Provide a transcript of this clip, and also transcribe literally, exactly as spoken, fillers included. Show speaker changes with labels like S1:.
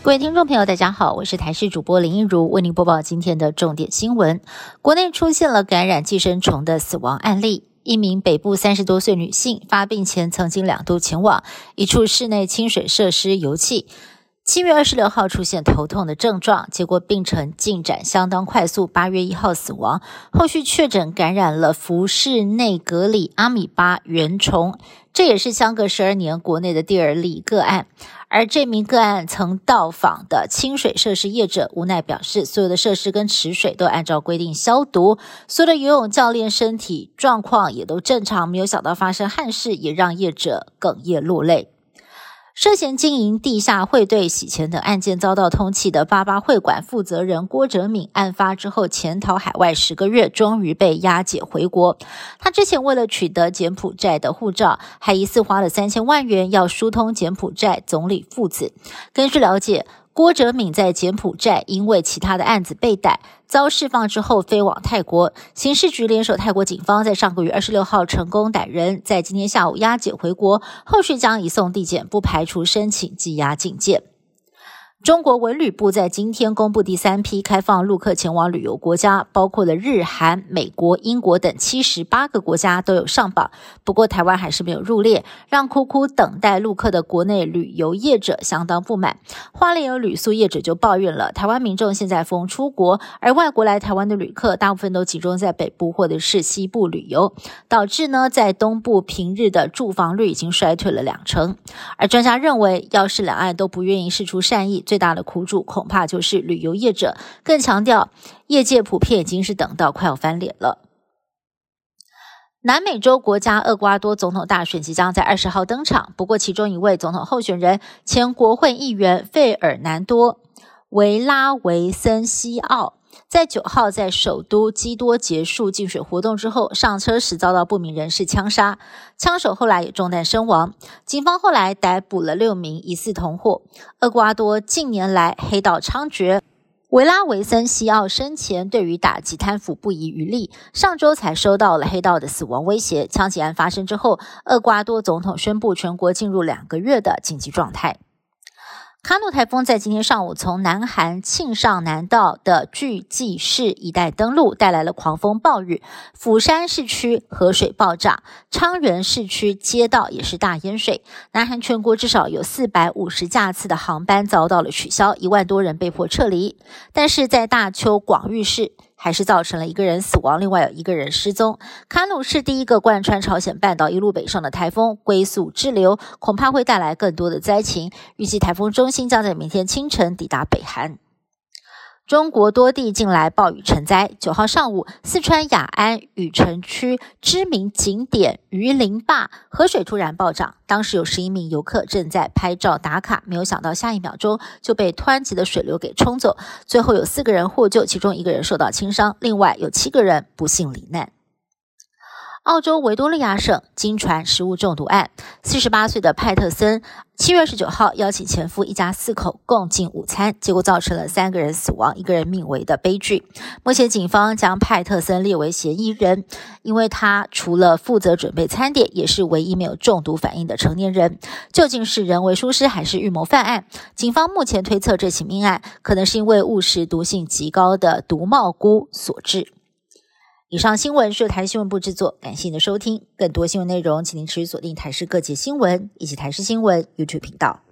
S1: 各位听众朋友大家好，我是台视主播林一如，为您播报今天的重点新闻。国内出现了感染寄生虫的死亡案例，一名北部三十多岁女性发病前曾经两度前往一处室内清水设施游憩，七月二十六号出现头痛的症状，结果病程进展相当快速，八月一号死亡，后续确诊感染了福氏内格里阿米巴原虫，这也是相隔十二年国内的第二例个案。而这名个案曾到访的清水设施业者无奈表示，所有的设施跟池水都按照规定消毒，所有的游泳教练身体状况也都正常，没有想到发生憾事，也让业者哽咽落泪。涉嫌经营地下汇兑、洗钱等案件遭到通缉的八八会馆负责人郭哲敏，案发之后潜逃海外十个月，终于被押解回国。他之前为了取得柬埔寨的护照，还疑似花了三千万元要疏通柬埔寨总理父子。根据了解，郭哲敏在柬埔寨因为其他的案子被逮，遭释放之后飞往泰国，刑事局联手泰国警方在上个月二十六号成功逮人，在今天下午押解回国，后续将移送地检，不排除申请羁押禁见。中国文旅部在今天公布第三批开放陆客前往旅游国家，包括了日韩、美国、英国等七十八个国家都有上榜，不过台湾还是没有入列，让苦苦等待陆客的国内旅游业者相当不满。花莲有旅宿业者就抱怨了，台湾民众现在疯出国，而外国来台湾的旅客大部分都集中在北部或者是西部旅游，导致呢在东部平日的住房率已经衰退了两成。而专家认为，要是两岸都不愿意释出善意，最大的苦主恐怕就是旅游业者，更强调业界普遍已经是等到快要翻脸了。南美洲国家厄瓜多总统大选即将在二十号登场，不过其中一位总统候选人前国会议员费尔南多·维拉维森西奥在九号在首都基多结束竞选活动之后，上车时遭到不明人士枪杀，枪手后来也中弹身亡。警方后来逮捕了六名疑似同伙。厄瓜多近年来黑道猖獗，维拉维森西奥生前对于打击贪腐不遗余力，上周才收到了黑道的死亡威胁。枪击案发生之后，厄瓜多总统宣布全国进入两个月的紧急状态。卡努台风在今天上午从南韩庆尚南道的巨济市一带登陆，带来了狂风暴雨，釜山市区河水暴涨，昌原市区街道也是大淹水。南韩全国至少有四百五十架次的航班遭到了取消，一万多人被迫撤离。但是在大邱广域市还是造成了一个人死亡，另外有一个人失踪。卡努是第一个贯穿朝鲜半岛一路北上的台风，龟速滞留恐怕会带来更多的灾情，预计台风中心将在明天清晨抵达北韩。中国多地近来暴雨成灾，九号上午，四川雅安雨城区知名景点榆林坝河水突然暴涨，当时有十一名游客正在拍照打卡，没有想到下一秒钟就被湍急的水流给冲走，最后有四个人获救，其中一个人受到轻伤，另外有七个人不幸罹难。澳洲维多利亚省经传食物中毒案，四十八岁的派特森七月二十九号邀请前夫一家四口共进午餐，结果造成了三个人死亡，一个人命危的悲剧。目前警方将派特森列为嫌疑人，因为他除了负责准备餐点，也是唯一没有中毒反应的成年人。究竟是人为疏失还是预谋犯案？警方目前推测这起命案可能是因为误食毒性极高的毒帽菇所致。以上新闻是由台视新闻部制作，感谢您的收听。更多新闻内容，请您持续锁定台视各界新闻以及台视新闻 YouTube 频道。